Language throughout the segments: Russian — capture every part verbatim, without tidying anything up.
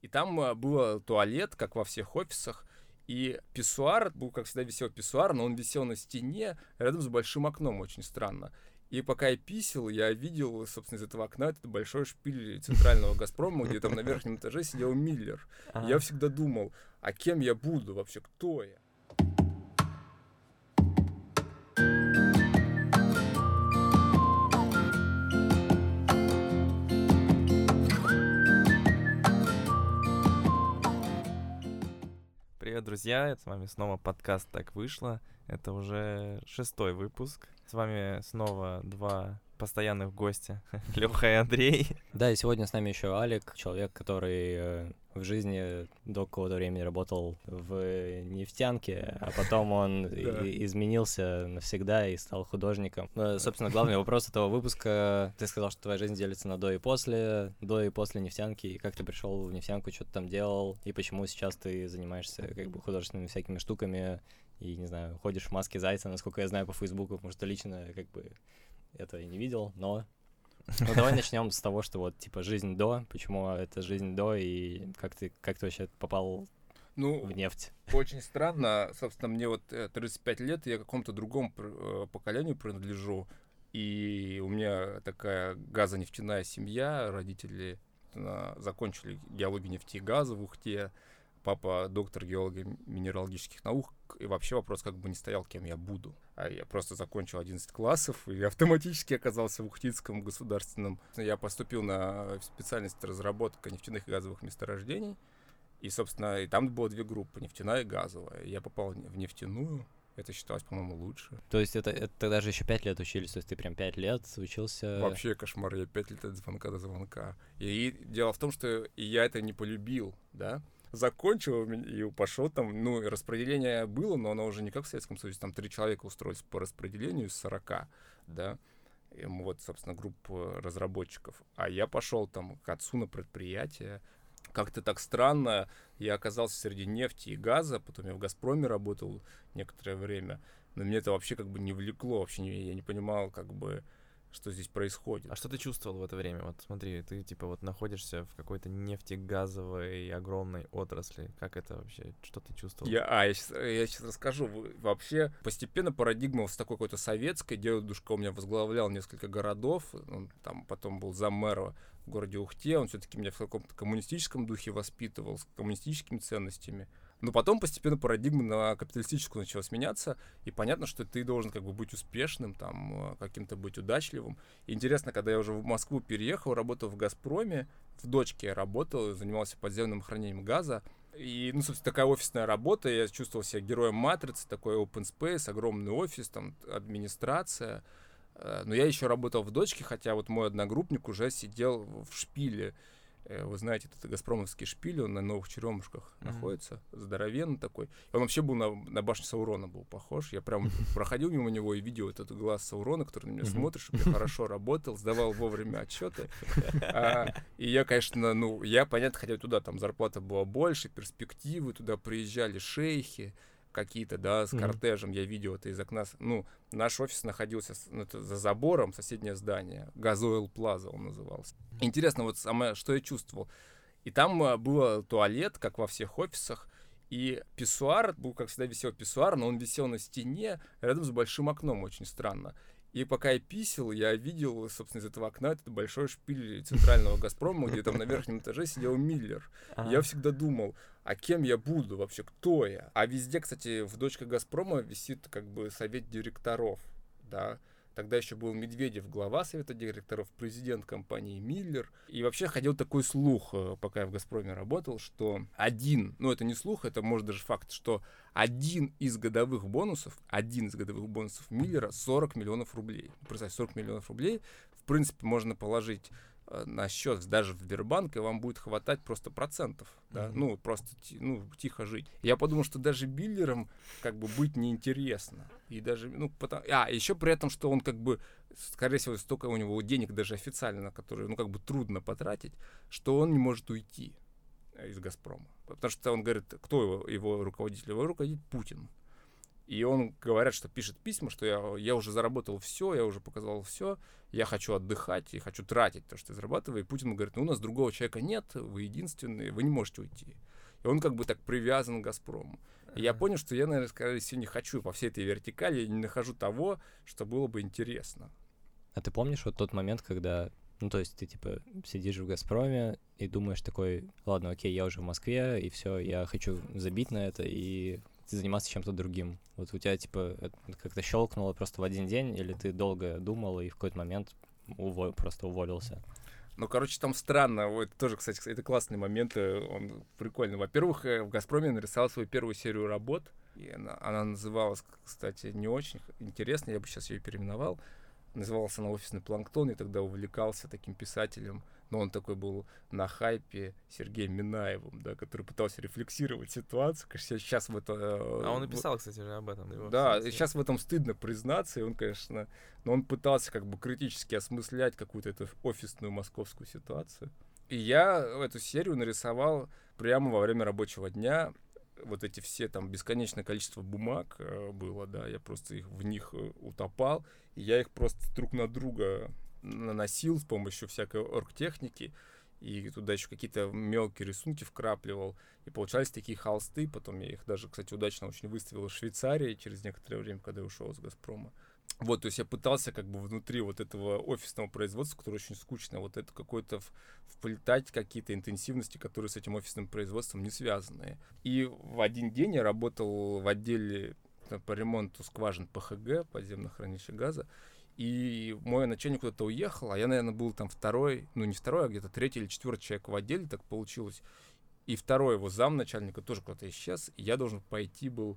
И там а, был туалет, как во всех офисах, и писсуар, был, как всегда, висел писсуар, но он висел на стене рядом с большим окном, очень странно. И пока я писал, я видел, собственно, из этого окна этот большой шпиль центрального «Газпрома», где там на верхнем этаже сидел Миллер. И я всегда думал, а кем я буду вообще, кто я? Привет, друзья! С вами снова подкаст «Так вышло». Это уже шестой выпуск. С вами снова два постоянных гостя, Лёха и Андрей. Да, и сегодня с нами еще Алик, человек, который э, в жизни до какого-то времени работал в нефтянке, а потом он и- изменился навсегда и стал художником. Э, собственно, главный вопрос этого выпуска. Ты сказал, что твоя жизнь делится на до и после, до и после нефтянки, и как ты пришел в нефтянку, что ты там делал, и почему сейчас ты занимаешься как бы художественными всякими штуками, и, не знаю, ходишь в маске зайца, насколько я знаю по Фейсбуку, потому что лично как бы этого я не видел, но... Ну, давай начнем с того, что вот, типа, жизнь до, почему это жизнь до, и как ты, как ты вообще попал ну, в нефть? Очень странно, собственно, мне вот тридцать пять лет, я какому-то другому поколению принадлежу, и у меня такая газонефтяная семья, родители закончили геологию нефти и газа в Ухте, папа доктор геолого-минералогических наук, и вообще вопрос как бы не стоял, кем я буду. А я просто закончил одиннадцать классов, и автоматически оказался в Ухтинском государственном. Я поступил на специальность разработка нефтяных и газовых месторождений, и, собственно, и там было две группы, нефтяная и газовая. Я попал в нефтяную, это считалось, по-моему, лучше. То есть это, это тогда же еще пять лет учились, то есть ты прям пять лет учился... Вообще кошмар, я пять лет от звонка до звонка. И, и дело в том, что и я это не полюбил, да, закончил и пошел там, ну, распределение было, но оно уже не как в Советском Союзе, там три человека устроились по распределению из сорока, да, и вот, собственно, группа разработчиков. А я пошел там к отцу на предприятие. Как-то так странно, я оказался среди нефти и газа, потом я в «Газпроме» работал некоторое время, но мне это вообще как бы не влекло, вообще не, я не понимал, как бы, что здесь происходит. А что ты чувствовал в это время? Вот смотри, ты типа вот находишься в какой-то нефтегазовой огромной отрасли. Как это вообще? Что ты чувствовал? Я, а, я сейчас, я сейчас расскажу. Вообще, постепенно парадигма с такой какой-то советской. Дедушка у меня возглавлял несколько городов. Он там потом был заммэра в городе Ухте. Он все-таки меня в каком-то коммунистическом духе воспитывал, с коммунистическими ценностями. Но потом постепенно парадигма на капиталистическую начала меняться, и понятно, что ты должен как бы быть успешным, там, каким-то быть удачливым. И интересно, когда я уже в Москву переехал, работал в «Газпроме», в «Дочке» я работал, занимался подземным хранением газа. И, ну, собственно, такая офисная работа, я чувствовал себя героем «Матрицы», такой open space, огромный офис, там, администрация. Но я еще работал в «Дочке», хотя вот мой одногруппник уже сидел в «Шпиле». Вы знаете, это газпромовский шпиль, он на Новых Черемушках mm-hmm. находится, здоровенный такой. И он вообще был на, на башню Саурона был похож. Я прям проходил мимо него и видел этот глаз Саурона, который на меня mm-hmm. смотрит, чтобы я хорошо работал, сдавал вовремя отчеты. А, и я, конечно, ну, я, понятно, хотел туда, там зарплата была больше, перспективы, туда приезжали шейхи какие-то, да, с кортежем, mm-hmm. я видел это из окна. Ну, наш офис находился ну, за забором, соседнее здание, Газойл Плаза он назывался. Интересно, вот самое, что я чувствовал. И там а, был туалет, как во всех офисах, и писсуар, был, как всегда, висел писсуар, но он висел на стене рядом с большим окном, очень странно. И пока я писал, я видел, собственно, из этого окна этот большой шпиль центрального «Газпрома», где там на верхнем этаже сидел Миллер. Ага. Я всегда думал, а кем я буду вообще, кто я? А везде, кстати, в «Дочке Газпрома» висит как бы совет директоров, да. Тогда еще был Медведев, глава совета директоров, президент компании Миллер. И вообще ходил такой слух, пока я в «Газпроме» работал, что один, ну это не слух, это может даже факт, что один из годовых бонусов, один из годовых бонусов Миллера сорок миллионов рублей. Представьте, сорок миллионов рублей, в принципе, можно положить на счет даже в Сбербанк, и вам будет хватать просто процентов, да, mm-hmm. ну, просто ну, тихо жить. Я подумал, что даже Миллером как бы быть неинтересно. И даже, ну, потому... А, еще при этом, что он как бы, скорее всего, столько у него денег даже официально, на которые, ну, как бы трудно потратить, что он не может уйти из «Газпрома». Потому что он говорит, кто его, его руководитель? Его руководит Путин. И он, говорят, что пишет письма, что я, я уже заработал все, я уже показал все, я хочу отдыхать и хочу тратить то, что я зарабатываю. И Путин говорит, ну, у нас другого человека нет, вы единственные, вы не можете уйти. И он как бы так привязан к «Газпрому». И я понял, что я, наверное, скорее всего, не хочу по всей этой вертикали, я не нахожу того, что было бы интересно. А ты помнишь вот тот момент, когда, ну, то есть ты, типа, сидишь в «Газпроме» и думаешь такой, ладно, окей, я уже в Москве, и все, я хочу забить на это и заниматься чем-то другим. Вот у тебя, типа, это как-то щелкнуло просто в один день, или ты долго думал и в какой-то момент увол... просто уволился? Ну, короче, там странно. Это тоже, кстати, это классный момент, он прикольный. Во-первых, в «Газпроме» я нарисовал свою первую серию работ. И она, она называлась, кстати, не очень интересно, я бы сейчас ее переименовал. Называлась она «Офисный планктон», и тогда увлекался таким писателем. Но он такой был на хайпе Сергеем Минаевым, да, который пытался рефлексировать ситуацию. Конечно, сейчас в это... А он написал, кстати, же об этом. Да, и сейчас в этом стыдно признаться, и он, конечно... Но он пытался как бы критически осмыслять какую-то эту офисную московскую ситуацию. И я эту серию нарисовал прямо во время рабочего дня. Вот эти все там бесконечное количество бумаг э, было, да, я просто их, в них э, утопал, и я их просто друг на друга наносил с помощью всякой оргтехники, и туда еще какие-то мелкие рисунки вкрапливал, и получались такие холсты, потом я их даже, кстати, удачно очень выставил в Швейцарии через некоторое время, когда я ушел из «Газпрома». Вот, то есть я пытался как бы внутри вот этого офисного производства, которое очень скучно, вот это какое-то вплетать какие-то интенсивности, которые с этим офисным производством не связаны. И в один день я работал в отделе по ремонту скважин ПХГ, подземных хранилищ газа, и мой начальник куда-то уехал, а я, наверное, был там второй, ну не второй, а где-то третий или четвертый человек в отделе, так получилось. И второй его замначальника тоже куда-то исчез, и я должен пойти был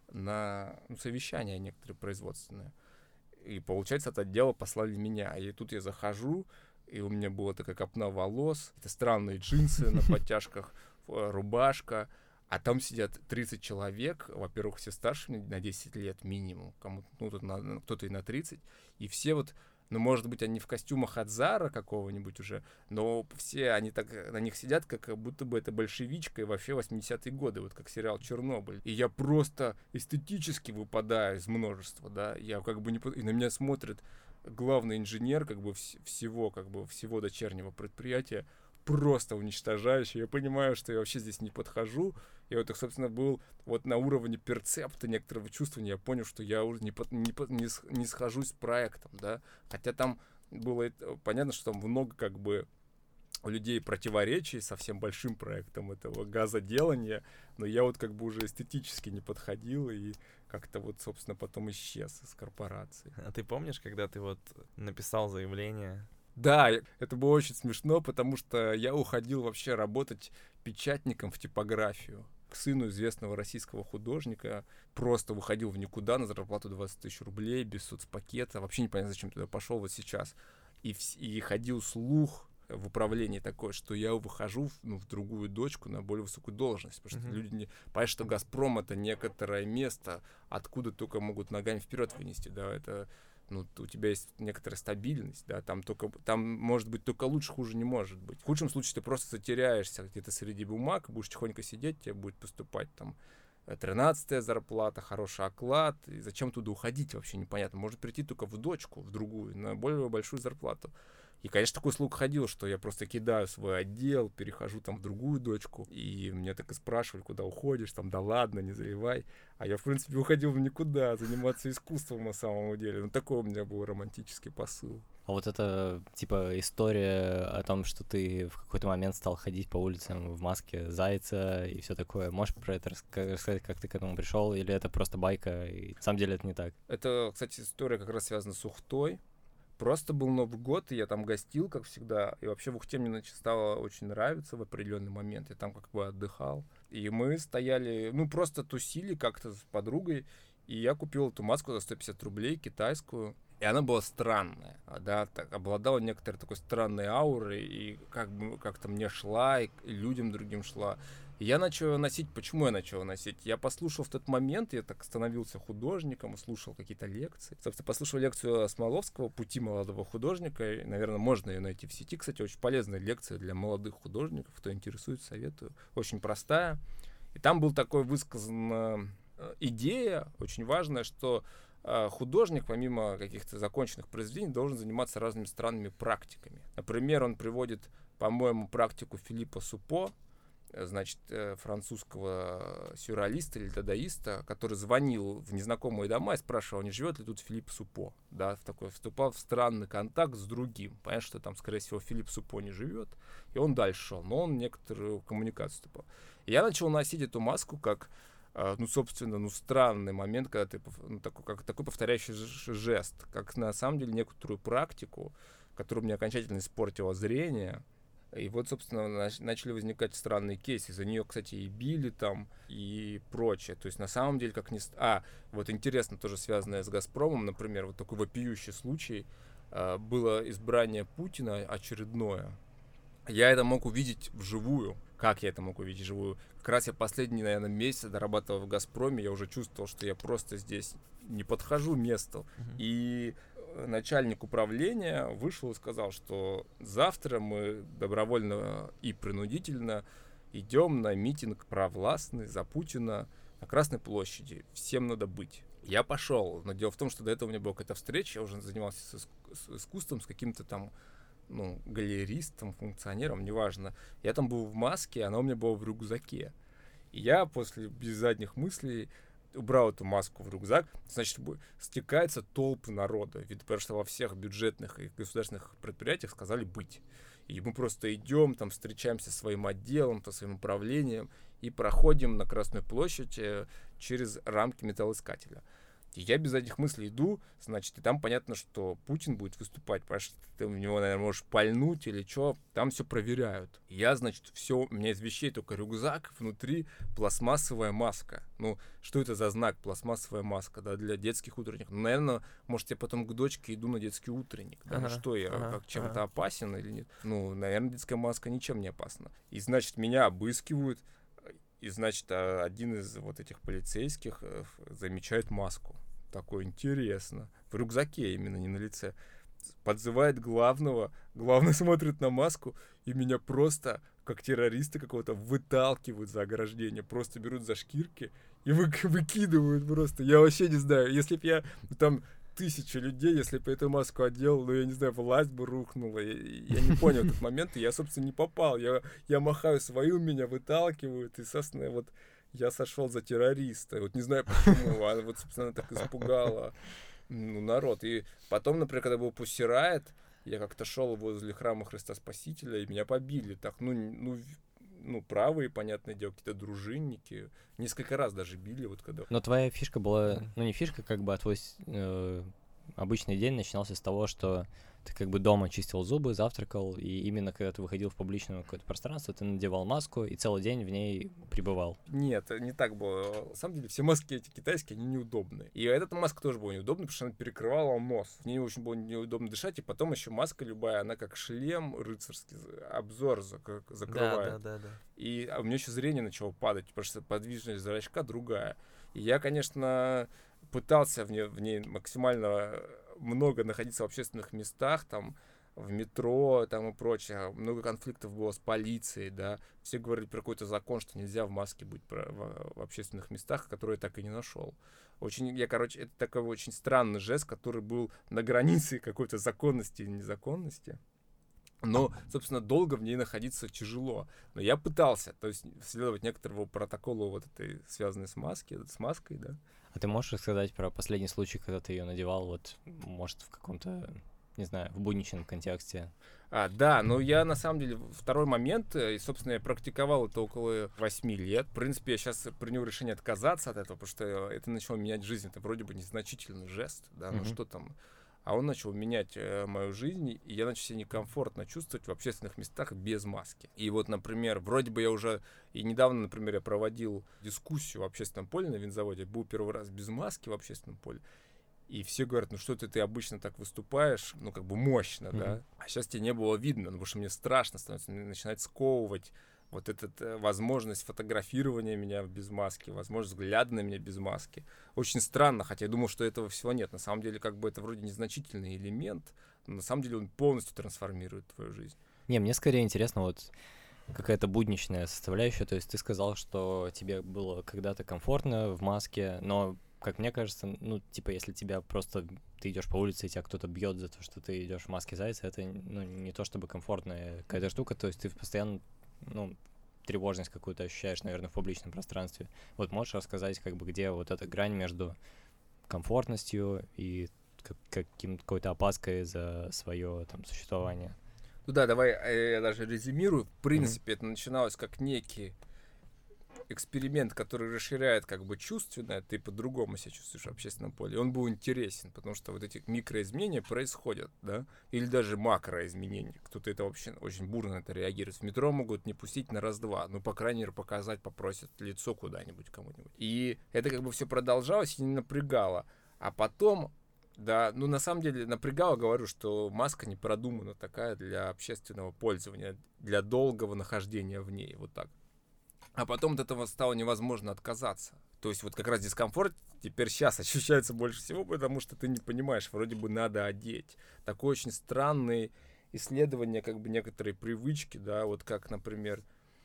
на ну, совещание некоторые производственные. И, получается, от отдела послали меня. И тут я захожу, и у меня была такая копна волос, это странные джинсы на подтяжках, рубашка, а там сидят тридцать человек, во-первых, все старше на десять лет минимум, кому-то, ну, тут на, кто-то и на тридцать, и все вот, ну, может быть, они в костюмах от Зара какого-нибудь уже, но все они так на них сидят, как будто бы это большевичка и вообще восьмидесятые годы, вот как сериал «Чернобыль». И я просто эстетически выпадаю из множества, да, я как бы не... И на меня смотрит главный инженер как бы вс- всего, как бы всего дочернего предприятия, просто уничтожающий. Я понимаю, что я вообще здесь не подхожу. И вот, собственно, был вот на уровне перцепта некоторого чувствования. Я понял, что я уже не, под, не, под, не, не схожусь с проектом, да. Хотя там было понятно, что там много как бы у людей противоречий со всем большим проектом этого газоделания. Но я вот как бы уже эстетически не подходил и как-то вот, собственно, потом исчез из корпорации. А ты помнишь, когда ты вот написал заявление? Да, это было очень смешно, потому что я уходил вообще работать печатником в типографию к сыну известного российского художника. Просто выходил в никуда на зарплату двадцать тысяч рублей, без соцпакета. Вообще непонятно, зачем туда пошел вот сейчас. И, в, и ходил слух в управлении такое, что я выхожу в, ну, в другую дочку на более высокую должность. Потому что mm-hmm. люди не... Понимаешь, что «Газпром» — это некоторое место, откуда только могут ногами вперед вынести. Да, это... Ну, у тебя есть некоторая стабильность, да, там только, там может быть только лучше, хуже не может быть. В худшем случае ты просто затеряешься где-то среди бумаг, будешь тихонько сидеть, тебе будет поступать там тринадцатая зарплата, хороший оклад, и зачем туда уходить вообще непонятно. Может прийти только в дочку, в другую, на более большую зарплату. И, конечно, такой слух ходил, что я просто кидаю свой отдел, перехожу там в другую дочку, и меня так и спрашивали, куда уходишь, там, да ладно, не заливай. А я, в принципе, уходил в никуда, заниматься искусством на самом деле. Ну, такой у меня был романтический посыл. А вот эта, типа, история о том, что ты в какой-то момент стал ходить по улицам в маске зайца и все такое, можешь про это рассказать, как ты к этому пришел, или это просто байка, и на самом деле это не так? Это, кстати, история как раз связана с Ухтой. Просто был Новый год, и я там гостил, как всегда. И вообще в Ухте мне стало очень нравиться в определенный момент. Я там как бы отдыхал. И мы стояли, ну, просто тусили как-то с подругой. И я купил эту маску за сто пятьдесят рублей, китайскую. И она была странная, да, так, обладала некоторой такой странной аурой. И как бы как-то мне шла, и людям другим шла. И я начал ее носить. Почему я начал ее носить? Я послушал в тот момент, я так становился художником, слушал какие-то лекции. Собственно, послушал лекцию Смоловского «Пути молодого художника». И, наверное, можно ее найти в сети. Кстати, очень полезная лекция для молодых художников. Кто интересуется, советую. Очень простая. И там был такой высказан идея очень важная, что художник, помимо каких-то законченных произведений, должен заниматься разными странными практиками. Например, он приводит, по-моему, практику Филиппа Супо, значит, французского сюрреалиста или дадаиста, который звонил в незнакомые дома и спрашивал, не живет ли тут Филипп Супо, да, в такой, вступал в странный контакт с другим. Понятно, что там, скорее всего, Филипп Супо не живет, и он дальше шел, но он некоторую коммуникацию вступал. И я начал носить эту маску как, ну, собственно, ну, странный момент, когда ты, ну, такой, как такой повторяющий жест, как на самом деле некоторую практику, которая мне окончательно испортила зрение. И вот, собственно, начали возникать странные кейсы. За нее, кстати, и били там, и прочее. То есть, на самом деле, как ни... А, вот интересно, тоже связанное с «Газпромом», например, вот такой вопиющий случай. Было избрание Путина очередное. Я это мог увидеть вживую. Как я это мог увидеть вживую? Как раз я последний, наверное, месяц дорабатывал в «Газпроме», я уже чувствовал, что я просто здесь не подхожу месту. Mm-hmm. И начальник управления вышел и сказал, что завтра мы добровольно и принудительно идем на митинг провластный за Путина на Красной площади. Всем надо быть. Я пошел, но дело в том, что до этого у меня была какая-то встреча, я уже занимался с искусством, с каким-то там, ну, галеристом, функционером, неважно. Я там был в маске, она у меня была в рюкзаке. И я после без задних мыслей убрал эту маску в рюкзак, значит, стекается толпы народа. Ведь потому что во всех бюджетных и государственных предприятиях сказали быть. И мы просто идем, там встречаемся со своим отделом, со своим управлением и проходим на Красную площадь через рамки металлоискателя. И я без этих мыслей иду, значит, и там понятно, что Путин будет выступать, потому что ты в него, наверное, можешь пальнуть или что, там все проверяют. И я, значит, все, у меня из вещей только рюкзак, внутри пластмассовая маска. Ну, что это за знак, пластмассовая маска, да, для детских утренних? Ну, наверное, может, я потом к дочке иду на детский утренник, да, ага, ну, что я, ага, как чем-то ага. опасен или нет? Ну, наверное, детская маска ничем не опасна. И, значит, меня обыскивают, и, значит, один из вот этих полицейских замечает маску. Такое интересно. В рюкзаке именно, не на лице. Подзывает главного. Главный смотрит на маску, и меня просто, как террориста какого-то, выталкивают за ограждение. Просто берут за шкирки и вы, выкидывают просто. Я вообще не знаю. Если бы я там тысяча людей, если бы эту маску одел, ну, я не знаю, власть бы рухнула. Я, я не понял этот момент, и я, собственно, не попал. Я, я махаю свою, меня выталкивают, и, собственно, вот я сошел за террориста. Вот не знаю почему, а вот, собственно, так испугала ну, народ. И потом, например, когда был Pussy Riot, я как-то шел возле храма Христа Спасителя, и меня побили. Так, ну, ну, ну правые, понятное дело, какие-то дружинники. Несколько раз даже били, вот когда... Но твоя фишка была... Ну, не фишка, как бы, а твой э, обычный день начинался с того, что ты как бы дома чистил зубы, завтракал, и именно когда ты выходил в публичное какое-то пространство, ты надевал маску и целый день в ней пребывал. Нет, не так было. На самом деле все маски эти китайские, они неудобные. И эта маска тоже была неудобная, потому что она перекрывала нос. В ней очень было неудобно дышать, и потом еще маска любая, она как шлем рыцарский, обзор закрывает. Да, да, да, да. И у меня еще зрение начало падать, потому что подвижность зрачка другая. И я, конечно, пытался в ней, в ней максимально много находиться в общественных местах, там, в метро, там и прочее. Много конфликтов было с полицией, да. Все говорили про какой-то закон, что нельзя в маске быть в, в общественных местах, который я так и не нашел. Очень, я, короче, это такой очень странный жест, который был на границе какой-то законности и незаконности. Но, собственно, долго в ней находиться тяжело. Но я пытался, то есть, следовать некоторого протоколу вот этой, связанной с маской, с маской, да. А ты можешь рассказать про последний случай, когда ты ее надевал, вот, может, в каком-то, не знаю, в будничном контексте? А, да, но я, на самом деле, второй момент, и, собственно, я практиковал это около восьми лет. В принципе, я сейчас принял решение отказаться от этого, потому что это начало менять жизнь. Это вроде бы незначительный жест, да, ну mm-hmm. что там... А он начал менять э, мою жизнь, и я начал себя некомфортно чувствовать в общественных местах без маски. И вот, например, вроде бы я уже... И недавно, например, я проводил дискуссию в общественном поле на винзаводе. Был первый раз без маски в общественном поле. И все говорят, ну что ты, ты обычно так выступаешь, ну как бы мощно, mm-hmm. да? А сейчас тебе не было видно, ну, потому что мне страшно становится, начинает сковывать вот эта э, возможность фотографирования меня без маски, возможность взгляда на меня без маски. Очень странно, хотя я думал, что этого всего нет. На самом деле, как бы это вроде незначительный элемент, но на самом деле он полностью трансформирует твою жизнь. Не, мне скорее интересно, вот какая-то будничная составляющая. То есть ты сказал, что тебе было когда-то комфортно в маске, но, как мне кажется, ну, типа, если тебя просто... Ты идешь по улице, и тебя кто-то бьет за то, что ты идешь в маске зайца, это, ну, не то чтобы комфортная какая-то штука, то есть ты постоянно, ну, тревожность какую-то ощущаешь, наверное, в публичном пространстве. Вот можешь рассказать, как бы, где вот эта грань между комфортностью и каким, какой-то опаской за свое там существование? Ну да, давай я даже резюмирую. В принципе, mm-hmm. это начиналось как некий эксперимент, который расширяет как бы чувственное, ты по-другому себя чувствуешь в общественном поле. И он был интересен, потому что вот эти микроизменения происходят, да, или даже макроизменения. Кто-то это вообще очень бурно на это реагирует. В метро могут не пустить на раз-два, ну, по крайней мере, показать, попросят лицо куда-нибудь кому-нибудь. И это как бы все продолжалось и не напрягало. А потом, да, ну, на самом деле, напрягало, говорю, что маска не продумана такая для общественного пользования, для долгого нахождения в ней, вот так. А потом от этого стало невозможно отказаться. То есть вот как раз дискомфорт теперь сейчас ощущается больше всего, потому что ты не понимаешь, вроде бы надо одеть. Такое очень странное исследование, как бы некоторые привычки, да, вот как, например,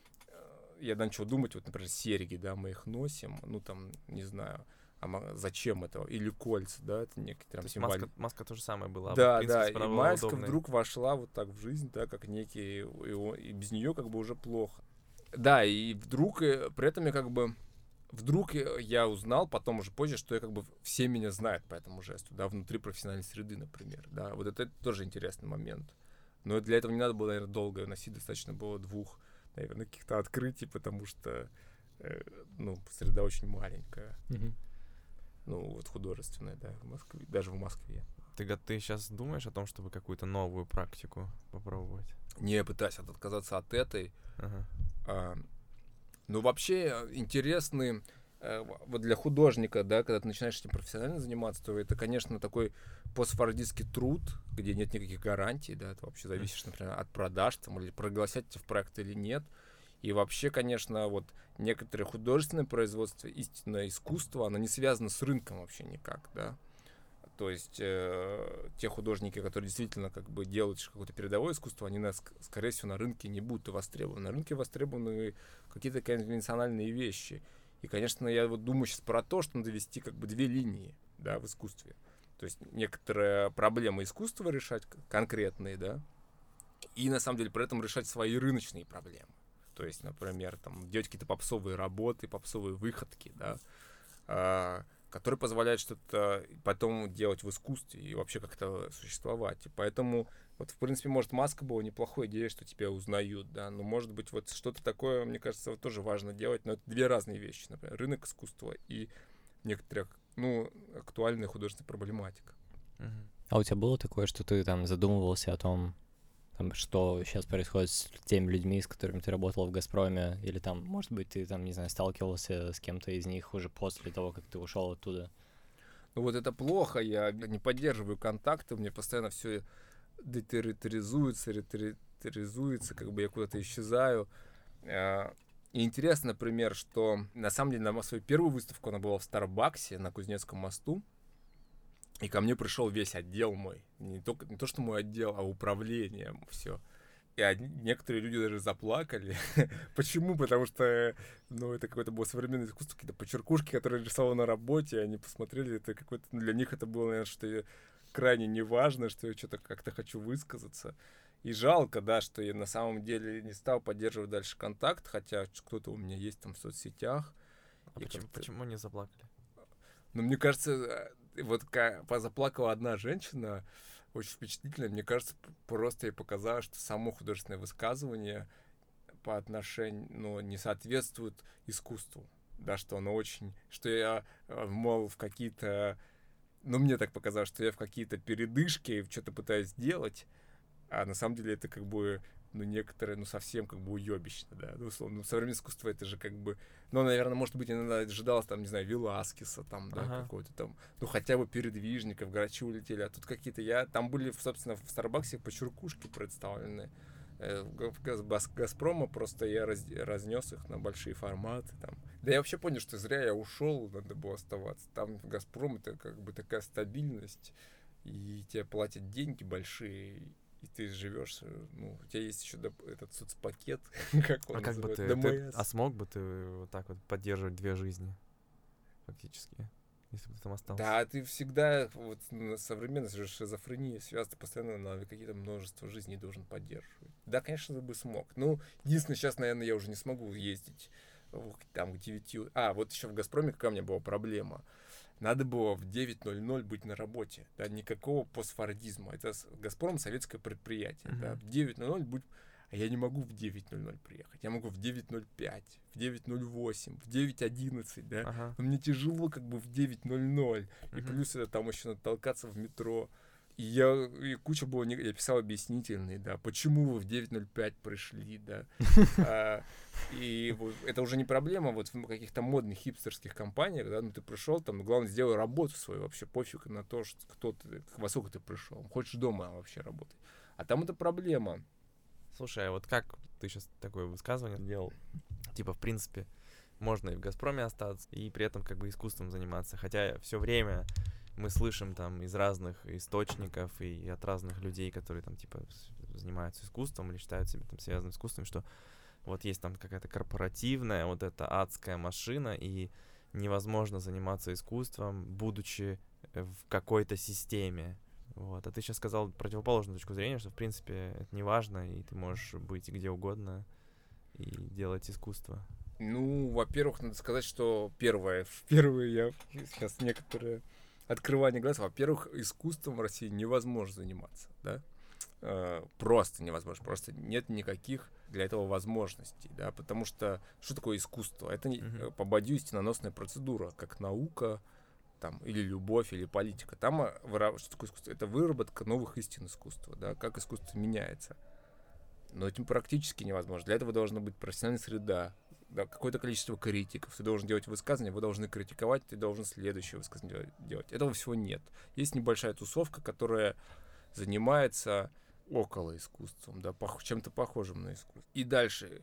я начал думать, вот, например, серьги, да, мы их носим, ну там, не знаю, а зачем это? Или кольца, да, это некоторые символ. Маска, маска то же самое была. Да, в принципе, да, и маска удобной. Вдруг вошла вот так в жизнь, да, как некий, и, и без нее как бы уже плохо. Да, и вдруг, при этом я как бы, вдруг я узнал потом уже позже, что я как бы все меня знают по этому жесту, да, внутри профессиональной среды, например, да, вот это, это тоже интересный момент. Но для этого не надо было, наверное, долго носить, достаточно было двух, наверное, каких-то открытий, потому что, э, ну, среда очень маленькая, mm-hmm. ну, вот художественная, да, в Москве, даже в Москве. Ты, ты сейчас думаешь о том, чтобы какую-то новую практику попробовать? Не, я пытаюсь отказаться от этой. Uh-huh. А, ну, вообще интересный, а, вот для художника, да, когда ты начинаешь этим профессионально заниматься, то это, конечно, такой постфордистский труд, где нет никаких гарантий, да, ты вообще зависишь, например, от продаж, там, или пригласят тебя в проект или нет. И вообще, конечно, вот некоторые художественное производство, истинное искусство, оно не связано с рынком вообще никак, да. То есть э, те художники, которые действительно как бы делают какое-то передовое искусство, они, на, скорее всего, на рынке не будут востребованы. На рынке востребованы какие-то конвенциональные вещи. И, конечно, я вот думаю сейчас про то, что надо вести как бы две линии, да, в искусстве. То есть некоторые проблемы искусства решать конкретные, да, и, на самом деле, при этом решать свои рыночные проблемы. То есть, например, там, делать какие-то попсовые работы, попсовые выходки, да, э, которые позволяют что-то потом делать в искусстве и вообще как-то существовать. И поэтому, вот, в принципе, может, маска была неплохой идеей, что тебя узнают, да, но, может быть, вот что-то такое, мне кажется, вот тоже важно делать, но это две разные вещи, например, рынок искусства и некоторая, ну, актуальная художественная проблематика. Uh-huh. А у тебя было такое, что ты там задумывался о том, там, что сейчас происходит с теми людьми, с которыми ты работал в «Газпроме», или там, может быть, ты там, не знаю, сталкивался с кем-то из них уже после того, как ты ушел оттуда? Ну вот это плохо, я не поддерживаю контакты, мне постоянно все детерриторизуется, ретеризуется, как бы я куда-то исчезаю. И интересно, например, что на самом деле на свою первую выставку она была в Старбаксе на Кузнецком мосту, и ко мне пришел весь отдел мой. Не, только, не то, что мой отдел, а управление, все. И одни, некоторые люди даже заплакали. Почему? Потому что, ну, это какое-то было современное искусство, какие-то почеркушки, которые рисовал на работе, они посмотрели, это какое-то... Для них это было, наверное, что крайне неважно, что я что-то как-то хочу высказаться. И жалко, да, что я на самом деле не стал поддерживать дальше контакт, хотя кто-то у меня есть там в соцсетях. А почему, почему не заплакали? Ну, мне кажется... Вот заплакала одна женщина, очень впечатлительная. Мне кажется, просто ей показалось, что само художественное высказывание по отношению, ну, не соответствует искусству. Да, что оно очень... Что я, мол, в какие-то... Ну, мне так показалось, что я в какие-то передышки что-то пытаюсь делать, а на самом деле это как бы... Ну, некоторые, ну, совсем как бы уёбищно, да, ну, условно. Ну, современное искусство это же как бы... Ну, наверное, может быть, иногда ожидалось, там, не знаю, Веласкеса, там, да, ага. какой-то там... Ну, хотя бы передвижников, грачи улетели, а тут какие-то... Я... Там были, собственно, в Старбаксе почеркушки представлены. Э, в Газ... Газпрома просто я раз... разнес их на большие форматы, там. Да я вообще понял, что зря я ушел, надо было оставаться. Там Газпром это как бы такая стабильность, и тебе платят деньги большие, и ты живешь, ну, у тебя есть еще доп- этот соцпакет, как он А как бы называет, ты, ты- ДМС. а смог бы ты вот так вот поддерживать две жизни, фактически, если бы ты там остался? Да, ты всегда, вот на современность же шизофрения связана, ты постоянно на какие-то множество жизней должен поддерживать. Да, конечно, ты бы смог. Ну, единственное, сейчас, наверное, я уже не смогу ездить в- там к девяти. А, вот еще в «Газпроме» какая у меня была проблема. Надо было в девять ноль ноль быть на работе. Да, никакого постфордизма. Это с- «Газпром» — советское предприятие. Да, Мгм. в девять ноль ноль будь... А я не могу в девять ноль ноль приехать. Я могу в девять ноль пять, в девять ноль восемь, в девять одиннадцать, да. Ага. Но мне тяжело как бы в девять ноль ноль. И Мгм. плюс это там еще надо толкаться в метро. И я, и куча было, не- я писал объяснительные, да, почему вы в девять ноль пять пришли, да. А, и вот это уже не проблема вот в каких-то модных хипстерских компаниях, да, ну ты пришел там, главное, сделай работу свою, вообще пофиг на то, что, кто ты, во сколько ты пришел, хочешь дома вообще работать. А там это проблема. Слушай, а вот как ты сейчас такое высказывание сделал? Типа, в принципе, можно и в «Газпроме» остаться, и при этом как бы искусством заниматься. Хотя все время мы слышим там из разных источников и от разных людей, которые там типа с- занимаются искусством или считают себя там связанным с искусством, что вот есть там какая-то корпоративная вот эта адская машина, и невозможно заниматься искусством, будучи э, в какой-то системе. Вот. А ты сейчас сказал противоположную точку зрения, что в принципе это не важно, и ты можешь быть где угодно и делать искусство. Ну, во-первых, надо сказать, что первое, первое я сейчас некоторые открывание глаз. Во-первых, искусством в России невозможно заниматься, да, Э, просто невозможно, просто нет никаких для этого возможностей, да, потому что что такое искусство? Это не, Мгм. э, по Бадью стеноносная процедура, как наука, там, или любовь, или политика. Там э, выра- что такое искусство? Это выработка новых истин искусства, да, как искусство меняется. Но этим практически невозможно. Для этого должна быть профессиональная среда, да, какое-то количество критиков. Ты должен делать высказывания, вы должны критиковать, ты должен следующее высказывание делать. Этого всего нет. Есть небольшая тусовка, которая занимается около искусством, да, пох- чем-то похожим на искусство. И дальше,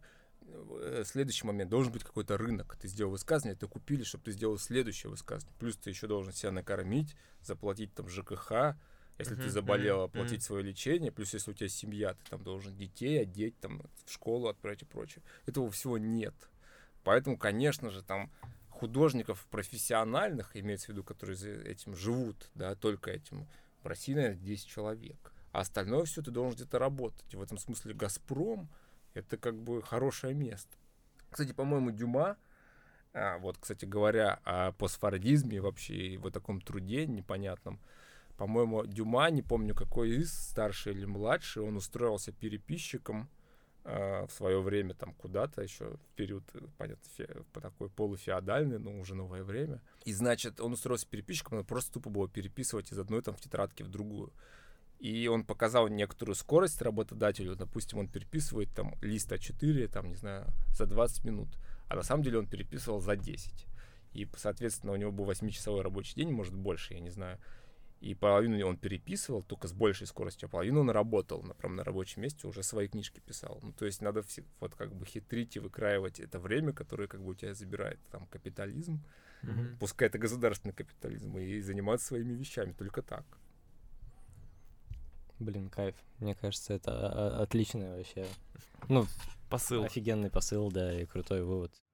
э, следующий момент, должен быть какой-то рынок. Ты сделал высказывание, ты купили, чтобы ты сделал следующее высказывание. Плюс ты еще должен себя накормить, заплатить там ЖКХ, если ты Мгм, заболел, мгм, оплатить мгм. свое лечение, плюс если у тебя семья, ты там должен детей одеть, там, в школу отправить и прочее. Этого всего нет. Поэтому, конечно же, там художников профессиональных, имеется в виду, которые за этим живут, да, только этим, в России, наверное, десять человек. А остальное все ты должен где-то работать. И в этом смысле «Газпром» — это как бы хорошее место. Кстати, по-моему, Дюма, а, вот, кстати говоря, о постфордизме вообще и вот таком труде непонятном, по-моему, Дюма, не помню какой из, старший или младший, он устроился переписчиком э, в свое время там куда-то еще в период, э, понятно, фе- по такой полуфеодальный, но уже новое время. И, значит, он устроился переписчиком, он просто тупо было переписывать из одной там в тетрадке в другую. И он показал некоторую скорость работодателю. Допустим, он переписывает там лист а четыре, там, не знаю, за двадцать минут. А на самом деле он переписывал за десять. И, соответственно, у него был восьмичасовой рабочий день, может, больше, я не знаю. И половину он переписывал, только с большей скоростью, а половину он работал, например, на рабочем месте, уже свои книжки писал. Ну, то есть надо все, вот как бы хитрить и выкраивать это время, которое как бы у тебя забирает там капитализм, Мгм. пускай это государственный капитализм, и заниматься своими вещами, только так. Блин, кайф. Мне кажется, это о- о- отличный вообще. Ну, Посыл. офигенный посыл, да, и крутой вывод.